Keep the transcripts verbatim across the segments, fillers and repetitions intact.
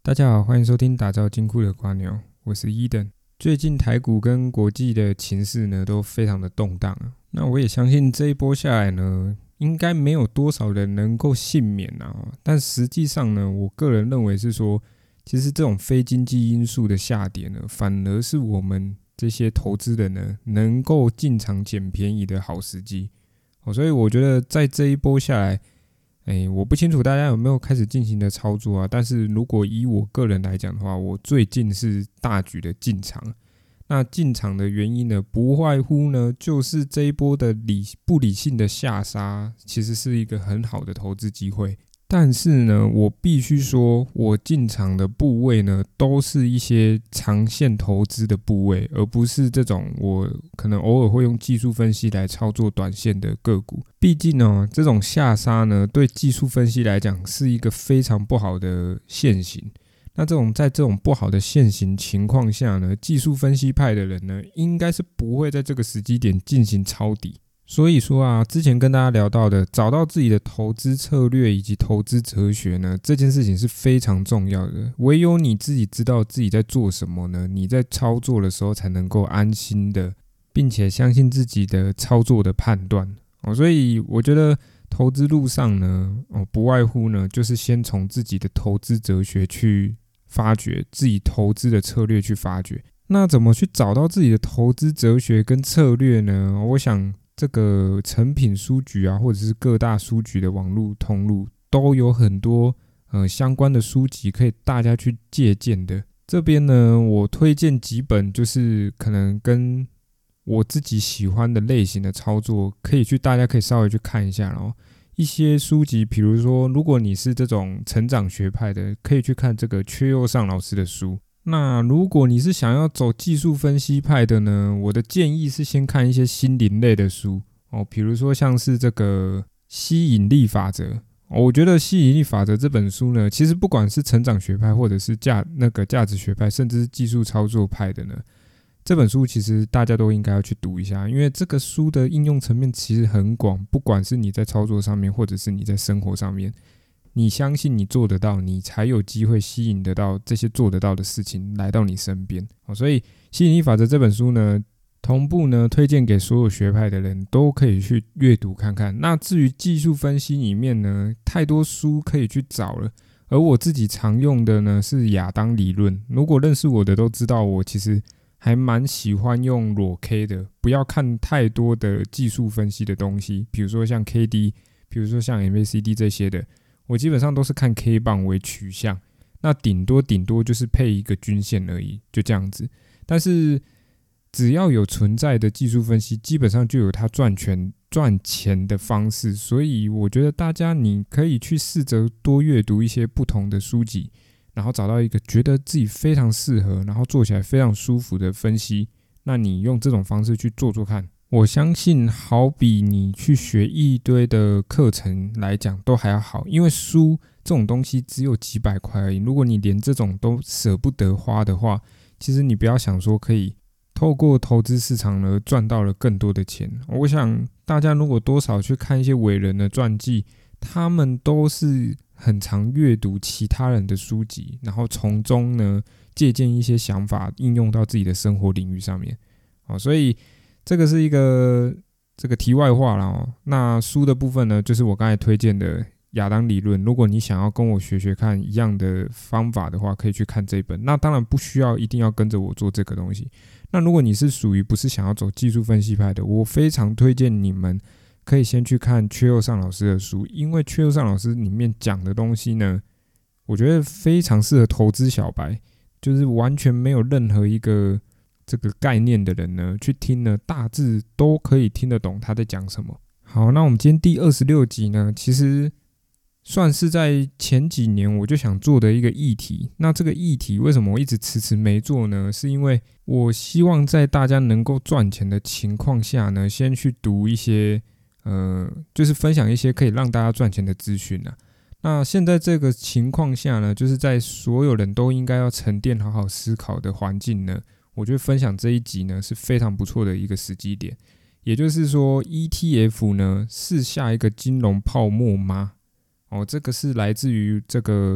大家好，欢迎收听打造金库的瓜牛，我是伊登。最近台股跟国际的情势呢都非常的动荡啊，那我也相信这一波下来呢，应该没有多少人能够幸免啊。但实际上呢，我个人认为是说，其实这种非经济因素的下跌呢，反而是我们这些投资人呢能够进场捡便宜的好时机。所以我觉得在这一波下来，欸、我不清楚大家有没有开始进行的操作啊，但是如果以我个人来讲的话，我最近是大举的进场。那进场的原因呢，不外乎呢，就是这一波的理不理性的下杀，其实是一个很好的投资机会。但是呢，我必须说，我进场的部位呢，都是一些长线投资的部位，而不是这种我可能偶尔会用技术分析来操作短线的个股。毕竟呢，这种下杀呢，对技术分析来讲是一个非常不好的现形。那这种在这种不好的现行情况下呢，技术分析派的人呢，应该是不会在这个时机点进行抄底。所以说啊，之前跟大家聊到的，找到自己的投资策略以及投资哲学呢，这件事情是非常重要的。唯有你自己知道自己在做什么呢，你在操作的时候才能够安心的，并且相信自己的操作的判断。哦，所以我觉得投资路上呢，哦，不外乎呢，就是先从自己的投资哲学去发掘，自己投资的策略去发掘。那怎么去找到自己的投资哲学跟策略呢？我想这个诚品书局啊，或者是各大书局的网络通路，都有很多呃相关的书籍可以大家去借鉴的。这边呢，我推荐几本，就是可能跟我自己喜欢的类型的操作，可以去大家可以稍微去看一下。然后一些书籍，比如说，如果你是这种成长学派的，可以去看这个阙佑尚老师的书。那如果你是想要走技术分析派的呢，我的建议是先看一些心灵类的书哦，比如说像是这个吸引力法则。哦，我觉得吸引力法则这本书呢，其实不管是成长学派或者是价那个价值学派，甚至是技术操作派的呢，这本书其实大家都应该要去读一下，因为这个书的应用层面其实很广，不管是你在操作上面，或者是你在生活上面。你相信你做得到，你才有机会吸引得到这些做得到的事情来到你身边。所以吸引力法则这本书呢，同步呢推荐给所有学派的人都可以去阅读看看。那至于技术分析里面呢，太多书可以去找了，而我自己常用的呢是亚当理论。如果认识我的都知道，我其实还蛮喜欢用裸 K 的，不要看太多的技术分析的东西，比如说像 K D， 比如说像 M A C D 这些的。我基本上都是看 K 棒为取向，那顶多顶多就是配一个均线而已，就这样子。但是只要有存在的技术分析，基本上就有它赚钱赚钱的方式。所以我觉得大家你可以去试着多阅读一些不同的书籍，然后找到一个觉得自己非常适合，然后做起来非常舒服的分析。那你用这种方式去做做看。我相信好比你去学一堆的课程来讲都还要好，因为书这种东西只有几百块而已，如果你连这种都舍不得花的话，其实你不要想说可以透过投资市场呢赚到了更多的钱。我想大家如果多少去看一些伟人的传记，他们都是很常阅读其他人的书籍，然后从中呢借鉴一些想法应用到自己的生活领域上面。所以这个是一个这个题外话啦哦。那书的部分呢，就是我刚才推荐的亚当理论。如果你想要跟我学学看一样的方法的话，可以去看这本。那当然不需要一定要跟着我做这个东西。那如果你是属于不是想要走技术分析派的，我非常推荐你们可以先去看阙佑尚老师的书，因为阙佑尚老师里面讲的东西呢，我觉得非常适合投资小白，就是完全没有任何一个这个概念的人呢，去听呢，大致都可以听得懂他在讲什么。好，那我们今天第二十六集呢，其实算是在前几年我就想做的一个议题。那这个议题为什么我一直迟迟没做呢？是因为我希望在大家能够赚钱的情况下呢，先去读一些呃，就是分享一些可以让大家赚钱的资讯啊。那现在这个情况下呢，就是在所有人都应该要沉淀好好思考的环境呢，我觉得分享这一集呢是非常不错的一个时机点。也就是说 E T F 呢是下一个金融泡沫吗？哦，这个是来自于这个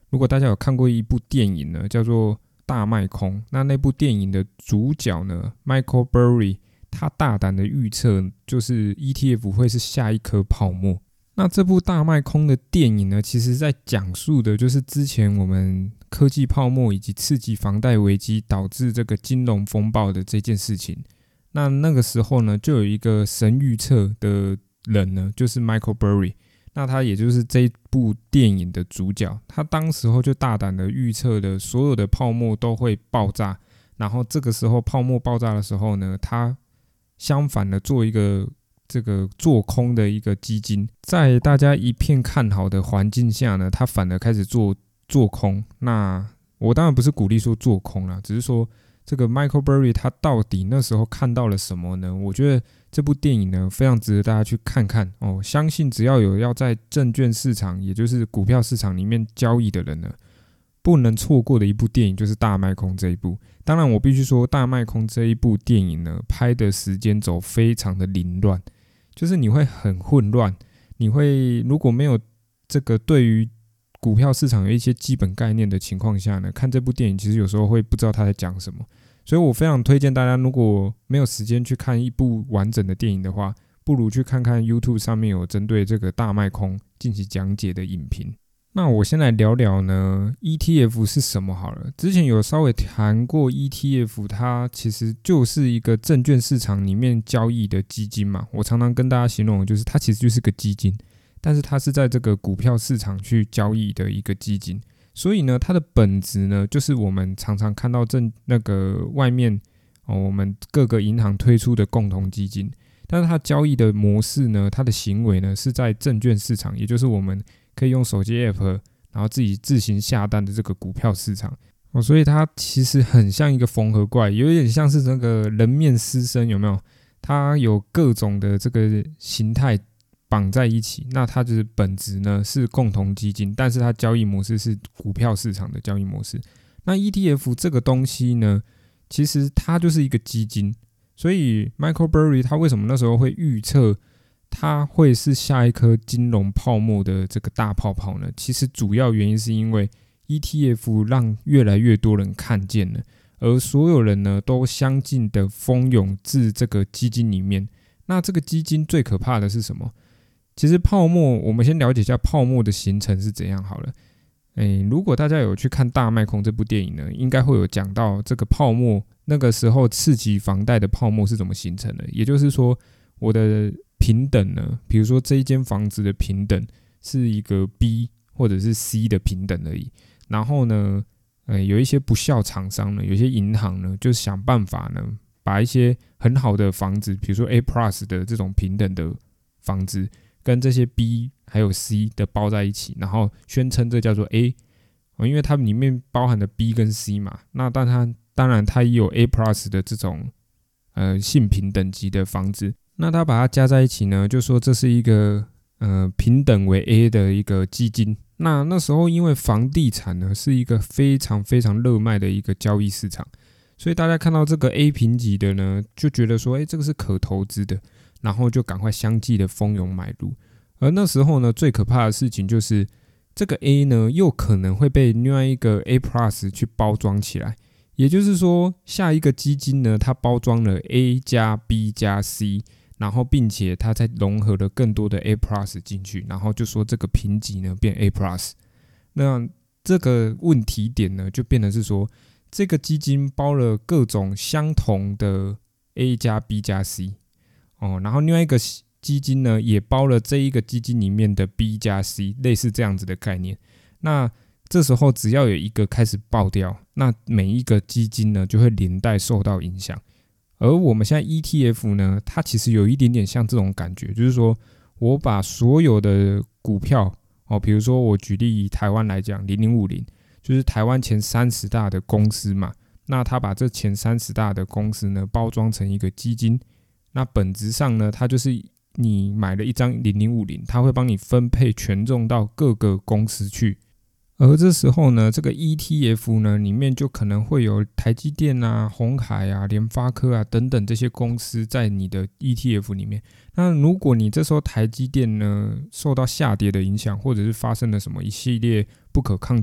如果大家有看过一部电影呢，叫做《大卖空》，那那部电影的主角呢 ，Michael Burry， 他大胆的预测就是 E T F 会是下一颗泡沫。那这部大卖空的电影呢，其实在讲述的就是之前我们科技泡沫以及次级房贷危机导致这个金融风暴的这件事情。那那个时候呢，就有一个神预测的人呢，就是 Michael Burry。那他也就是这一部电影的主角，他当时候就大胆的预测的所有的泡沫都会爆炸，然后这个时候泡沫爆炸的时候呢，他相反的做一个这个做空的一个基金，在大家一片看好的环境下呢，他反而开始做做空。那我当然不是鼓励说做空啦，只是说这个 Michael Burry 他到底那时候看到了什么呢？我觉得这部电影呢非常值得大家去看看哦。相信只要有要在证券市场，也就是股票市场里面交易的人呢，不能错过的一部电影就是《大卖空》这一部。当然，我必须说，《大卖空》这一部电影呢，拍的时间轴非常的凌乱，就是你会很混乱，你会如果没有这个对于股票市场有一些基本概念的情况下呢，看这部电影其实有时候会不知道他在讲什么。所以我非常推荐大家，如果没有时间去看一部完整的电影的话，不如去看看 YouTube 上面有针对这个大卖空进行讲解的影评。那我先来聊聊呢 E T F 是什么好了。之前有稍微谈过 E T F， 它其实就是一个证券市场里面交易的基金嘛。我常常跟大家形容的就是它其实就是个基金，但是它是在这个股票市场去交易的一个基金。所以呢，它的本质呢，就是我们常常看到正那个外面、哦、我们各个银行推出的共同基金，但是它交易的模式呢，它的行为呢，是在证券市场，也就是我们可以用手机 App， 然后自己自行下单的这个股票市场。哦，所以它其实很像一个缝合怪，有点像是那个人面狮身，有没有？它有各种的这个形态绑在一起，那它就是本质呢是共同基金，但是它交易模式是股票市场的交易模式。那 E T F 这个东西呢，其实它就是一个基金，所以 Michael Burry 他为什么那时候会预测它会是下一颗金融泡沫的这个大泡泡呢？其实主要原因是因为 E T F 让越来越多人看见了，而所有人呢都相近的蜂拥至这个基金里面。那这个基金最可怕的是什么？其实泡沫，我们先了解一下泡沫的形成是怎样好了。诶，如果大家有去看《大卖空》这部电影呢，应该会有讲到这个泡沫那个时候次级房贷的泡沫是怎么形成的。也就是说，我的平等呢，比如说这一间房子的平等是一个 B 或者是 C 的平等而已。然后呢，呃，有一些不肖厂商呢，有些银行呢，就想办法呢，把一些很好的房子，比如说 A plus 的这种平等的房子，跟这些 B 还有 C 的包在一起，然后宣称这叫做 A， 因为它里面包含了 B 跟 C 嘛。那但它当然它也有 A plus 的这种呃性平等级的房子，那它把它加在一起呢，就说这是一个呃平等为 A 的一个基金。那那时候因为房地产呢是一个非常非常热卖的一个交易市场，所以大家看到这个 A 评级的呢，就觉得说，哎，这个是可投资的。然后就赶快相继的蜂拥买入。而那时候呢，最可怕的事情就是这个 A 呢，又可能会被另外一个 A plus 去包装起来。也就是说，下一个基金呢，它包装了 A 加 B 加 C， 然后并且它再融合了更多的 A plus 进去，然后就说这个评级呢变 A plus。那这个问题点呢，就变成是说，这个基金包了各种相同的 A 加 B 加 C。哦，然后另外一个基金呢，也包了这一个基金里面的 B 加 C， 类似这样子的概念。那这时候只要有一个开始爆掉，那每一个基金呢就会连带受到影响。而我们现在 E T F 呢，它其实有一点点像这种感觉，就是说我把所有的股票，哦，比如说我举例以台湾来讲，零零五零就是台湾前三十大的公司嘛，那它把这前三十大的公司呢包装成一个基金。那本质上呢，它就是你买了一张零零五零，它会帮你分配权重到各个公司去。而这时候呢，这个 E T F 呢里面就可能会有台积电啊、鸿海啊、联发科啊等等这些公司在你的 E T F 里面。那如果你这时候台积电呢受到下跌的影响，或者是发生了什么一系列不可抗拒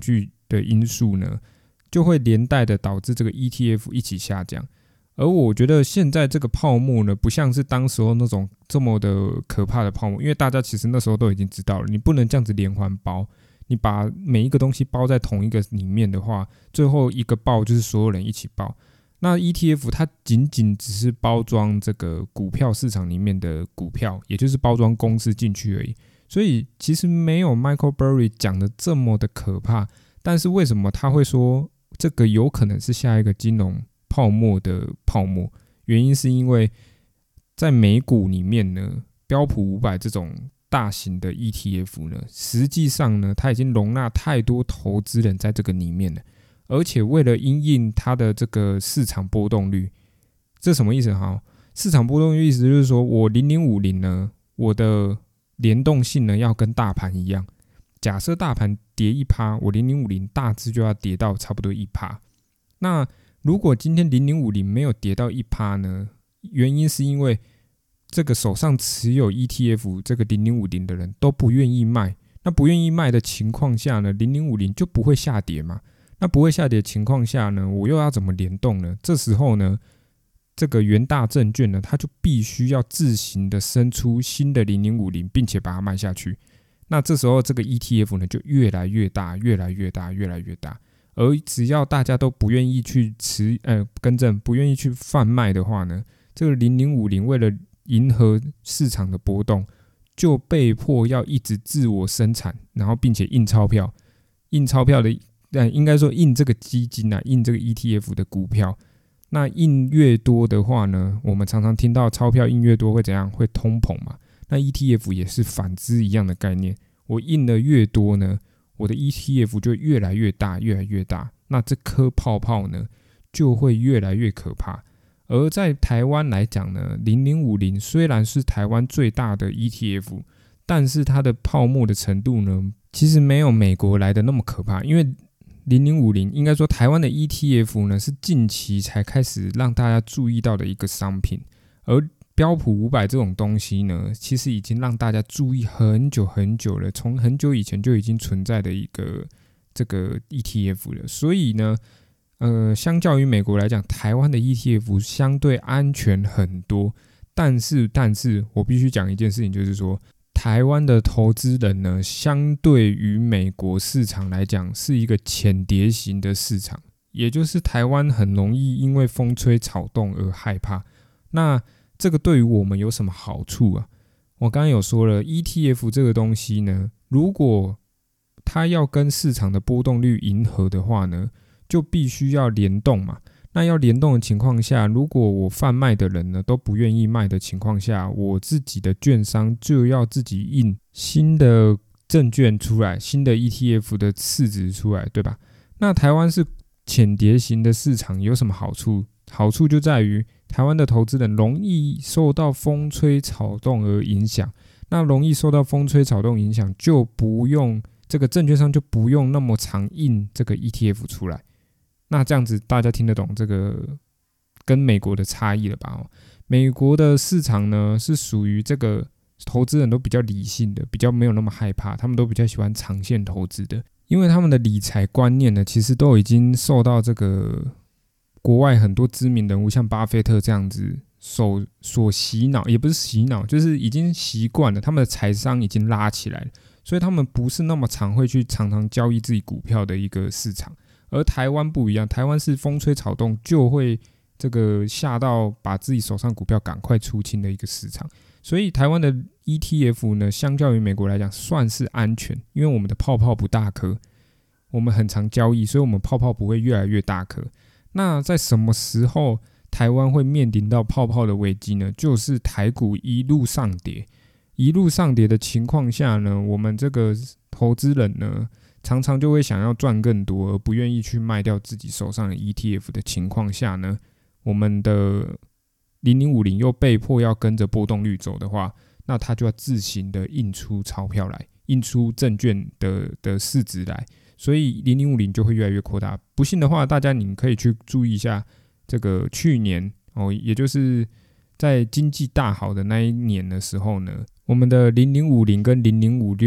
的因素呢，就会连带的导致这个 E T F 一起下降。而我觉得现在这个泡沫呢，不像是当时候那种这么的可怕的泡沫，因为大家其实那时候都已经知道了，你不能这样子连环包，你把每一个东西包在同一个里面的话，最后一个爆就是所有人一起爆。那 E T F 它仅仅只是包装这个股票市场里面的股票，也就是包装公司进去而已，所以其实没有 Michael Burry 讲的这么的可怕。但是为什么他会说这个有可能是下一个金融泡沫的泡沫？原因是因为在美股里面呢，标普五百这种大型的 E T F 呢，实际上呢，它已经容纳太多投资人在这个里面了，而且为了因应它的这个市场波动率，这什么意思哈？市场波动率意思就是说我零零五零呢，我的联动性呢要跟大盘一样。假设大盘跌 百分之一， 我零零五零大致就要跌到差不多 百分之一。那如果今天零零五零没有跌到 百分之一 呢？原因是因为这个手上持有 E T F 这个零零五零的人都不愿意卖。那不愿意卖的情况下呢，零零五零就不会下跌嘛。那不会下跌的情况下呢，我又要怎么联动呢？这时候呢，这个元大证券呢，它就必须要自行的生出新的零零五零，并且把它卖下去。那这时候这个 E T F 呢就越来越大，越来越大，越来越大。而只要大家都不愿意去持呃更正，不愿意去贩卖的话呢，这个零零五零为了迎合市场的波动，就被迫要一直自我生产，然后并且印钞票，印钞票的，但应该说印这个基金啊，印这个 E T F 的股票。那印越多的话呢，我们常常听到钞票印越多会怎样？会通膨嘛。那 E T F 也是反之一样的概念，我印的越多呢，我的 E T F 就越来越大，越来越大。那这颗泡泡呢，就会越来越可怕。而在台湾来讲呢，零零五零虽然是台湾最大的 E T F， 但是它的泡沫的程度呢，其实没有美国来的那么可怕。因为零零五零应该说台湾的 E T F 呢，是近期才开始让大家注意到的一个商品，而标普五百这种东西呢，其实已经让大家注意很久很久了，从很久以前就已经存在的一个这个 E T F 了。所以呢，呃，相较于美国来讲，台湾的 E T F 相对安全很多。但是，但是我必须讲一件事情，就是说，台湾的投资人呢，相对于美国市场来讲，是一个浅碟型的市场，也就是台湾很容易因为风吹草动而害怕。那这个对于我们有什么好处啊？我刚刚有说了 ，E T F 这个东西呢，如果它要跟市场的波动率迎合的话呢，就必须要联动嘛。那要联动的情况下，如果我贩卖的人呢都不愿意卖的情况下，我自己的券商就要自己印新的证券出来，新的 E T F 的市值出来，对吧？那台湾是浅碟型的市场，有什么好处？好处就在于台湾的投资人容易受到风吹草动而影响。那容易受到风吹草动影响，就不用这个证券商就不用那么常印这个 E T F 出来。那这样子大家听得懂这个跟美国的差异了吧？美国的市场呢是属于这个投资人都比较理性的，比较没有那么害怕，他们都比较喜欢长线投资的，因为他们的理财观念呢，其实都已经受到这个国外很多知名人物，像巴菲特这样子所所洗脑，也不是洗脑，就是已经习惯了，他们的财商已经拉起来了，所以他们不是那么常会去常常交易自己股票的一个市场。而台湾不一样，台湾是风吹草动就会这个吓到把自己手上股票赶快出清的一个市场，所以台湾的 E T F 呢，相较于美国来讲算是安全，因为我们的泡泡不大颗，我们很常交易，所以我们泡泡不会越来越大颗。那在什么时候台湾会面临到泡泡的危机呢？就是台股一路上跌，一路上跌的情况下呢，我们这个投资人呢，常常就会想要赚更多，而不愿意去卖掉自己手上的 E T F 的情况下呢，我们的零零五零又被迫要跟着波动率走的话，那他就要自行的印出钞票来，印出证券 的, 的市值来，所以零零五零就会越来越扩大。不信的话，大家你可以去注意一下这个去年哦，也就是在经济大好的那一年的时候呢，我们的零零五零跟零零五六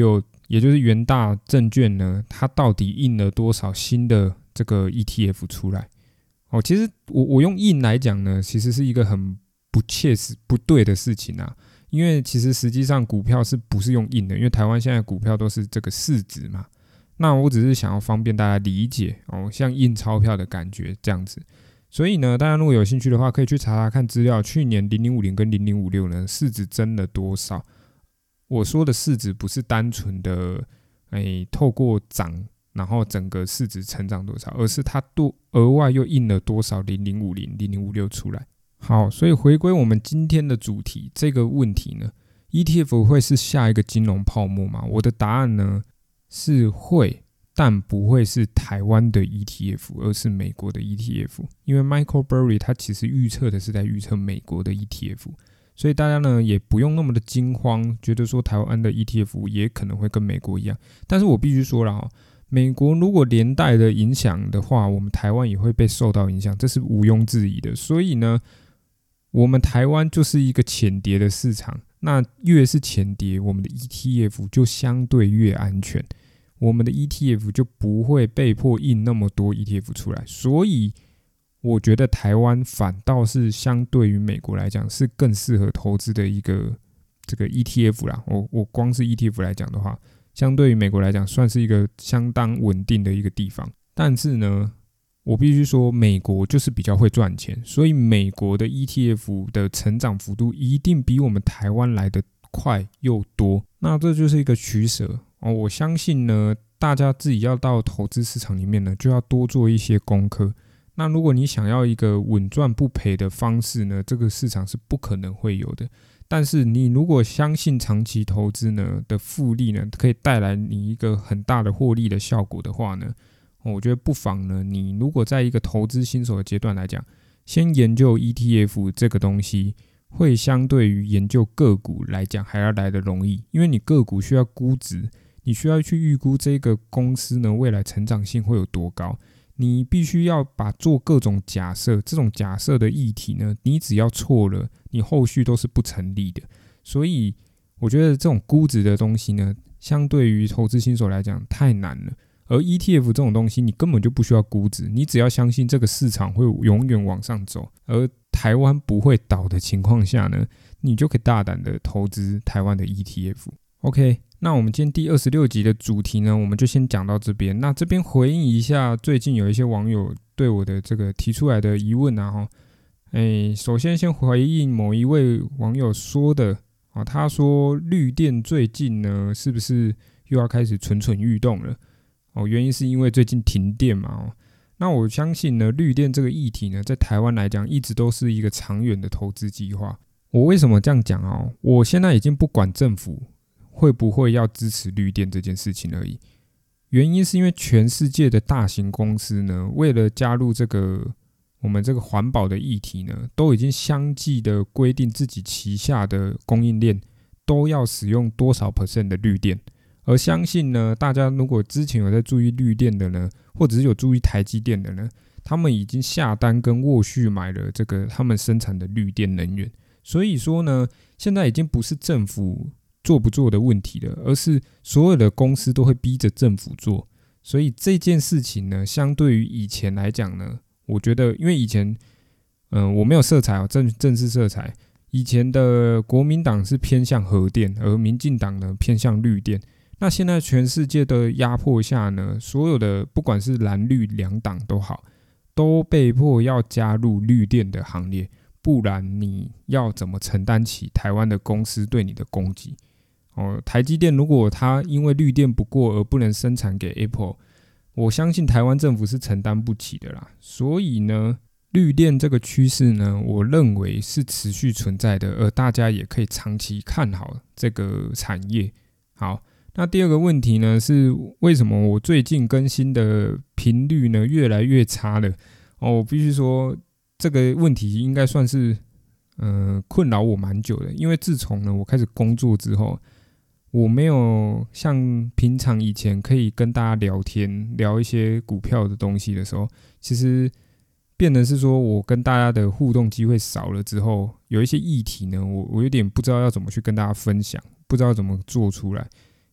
也就是元大证券呢，它到底印了多少新的这个 E T F 出来？哦，其实我我用印来讲呢，其实是一个很不切实不对的事情啊。因为其实实际上股票是不是用印的？因为台湾现在股票都是这个市值嘛。那我只是想要方便大家理解哦，像印钞票的感觉这样子。所以呢，大家如果有兴趣的话，可以去查查看资料。去年零零五零跟零零五六呢，市值增了多少？我说的市值不是单纯的哎透过涨，然后整个市值成长多少，而是它多额外又印了多少零零五零、零零五六出来。好，所以回归我们今天的主题，这个问题呢 ，E T F 会是下一个金融泡沫吗？我的答案呢是会，但不会是台湾的 E T F， 而是美国的 E T F。因为 Michael Burry 他其实预测的是在预测美国的 E T F。所以大家呢也不用那么的惊慌，觉得说台湾的 E T F 也可能会跟美国一样。但是我必须说了，美国如果连带的影响的话，我们台湾也会被受到影响，这是毋庸置疑的。所以呢，我们台湾就是一个浅跌的市场，那越是浅跌，我们的 E T F 就相对越安全，我们的 E T F 就不会被迫印那么多 E T F 出来。所以我觉得台湾反倒是相对于美国来讲是更适合投资的一个这个 E T F 啦。我我光是 E T F 来讲的话，相对于美国来讲算是一个相当稳定的一个地方。但是呢，我必须说美国就是比较会赚钱，所以美国的 E T F 的成长幅度一定比我们台湾来的快又多。那这就是一个取舍哦。我相信呢，大家自己要到投资市场里面呢，就要多做一些功课。那如果你想要一个稳赚不赔的方式呢，这个市场是不可能会有的。但是你如果相信长期投资呢的复利呢，可以带来你一个很大的获利的效果的话呢，我觉得不妨呢，你如果在一个投资新手的阶段来讲，先研究 E T F 这个东西，会相对于研究个股来讲还要来得容易。因为你个股需要估值，你需要去预估这个公司呢未来成长性会有多高。你必须要把做各种假设，这种假设的议题呢，你只要错了，你后续都是不成立的。所以我觉得这种估值的东西呢，相对于投资新手来讲太难了。而 E T F 这种东西，你根本就不需要估值，你只要相信这个市场会永远往上走，而台湾不会倒的情况下呢，你就可以大胆的投资台湾的 E T F。OK。那我们今天第二十六集的主题呢，我们就先讲到这边。那这边回应一下，最近有一些网友对我的这个提出来的疑问啊，诶，首先先回应某一位网友说的，他说绿电最近呢是不是又要开始蠢蠢欲动了？哦，原因是因为最近停电嘛。那我相信呢，绿电这个议题呢，在台湾来讲，一直都是一个长远的投资计划。我为什么这样讲啊？我现在已经不管政府会不会要支持绿电这件事情而已。原因是因为全世界的大型公司呢，为了加入这个我们这个环保的议题呢，都已经相继的规定自己旗下的供应链都要使用多少 percent 的绿电。而相信呢，大家如果之前有在注意绿电的呢，或者是有注意台积电的呢，他们已经下单跟沃旭买了这个他们生产的绿电能源。所以说呢，现在已经不是政府做不做的问题了，而是所有的公司都会逼着政府做。所以这件事情呢，相对于以前来讲呢，我觉得因为以前嗯，我没有色彩哦，政政治色彩，以前的国民党是偏向核电，而民进党呢偏向绿电。那现在全世界的压迫下呢，所有的不管是蓝绿两党都好，都被迫要加入绿电的行列，不然你要怎么承担起台湾的公司对你的攻击？哦，台积电如果它因为绿电不过而不能生产给 Apple， 我相信台湾政府是承担不起的啦。所以呢，绿电这个趋势呢，我认为是持续存在的，而大家也可以长期看好这个产业。好，那第二个问题呢，是为什么我最近更新的频率呢越来越差了？哦，我必须说这个问题应该算是呃困扰我蛮久的，因为自从呢我开始工作之后，我没有像平常以前可以跟大家聊天聊一些股票的东西的时候，其实变成是说我跟大家的互动机会少了之后，有一些议题呢，我我有点不知道要怎么去跟大家分享，不知道怎么做出来。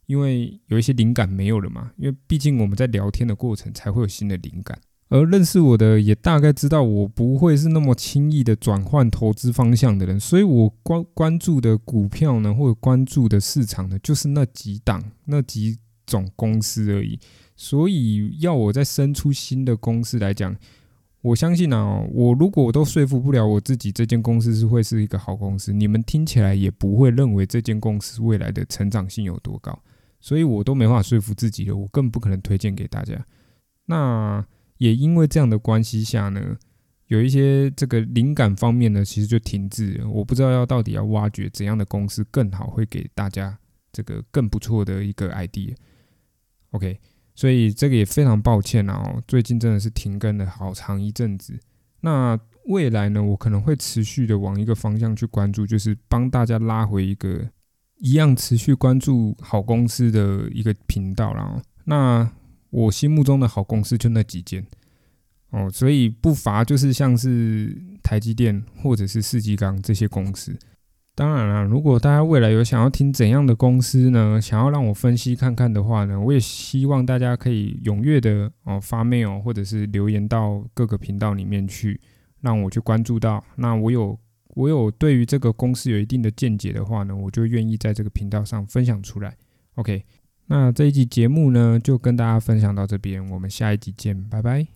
因为有一些灵感没有了嘛，因为毕竟我们在聊天的过程才会有新的灵感。而认识我的也大概知道我不会是那么轻易的转换投资方向的人，所以我关关注的股票呢，或者关注的市场呢，就是那几档、那几种公司而已。所以要我再生出新的公司来讲，我相信啊，我如果我都说服不了我自己，这间公司是会是一个好公司，你们听起来也不会认为这间公司未来的成长性有多高，所以我都没办法说服自己了，我更不可能推荐给大家。那也因为这样的关系下呢，有一些这个灵感方面呢，其实就停滞了。我不知道要到底要挖掘怎样的公司更好，会给大家这个更不错的一个 idea。OK， 所以这个也非常抱歉啊，最近真的是停更了好长一阵子。那未来呢，我可能会持续的往一个方向去关注，就是帮大家拉回一个一样持续关注好公司的一个频道啦。那我心目中的好公司就那几间哦，所以不乏就是像是台积电或者是世纪钢这些公司。当然啦，如果大家未来有想要听怎样的公司呢，想要让我分析看看的话呢，我也希望大家可以踊跃的哦发 mail 或者是留言到各个频道里面去，让我去关注到。那我有我有对于这个公司有一定的见解的话呢，我就愿意在这个频道上分享出来。OK。那这一集节目呢，就跟大家分享到这边，我们下一集见，拜拜。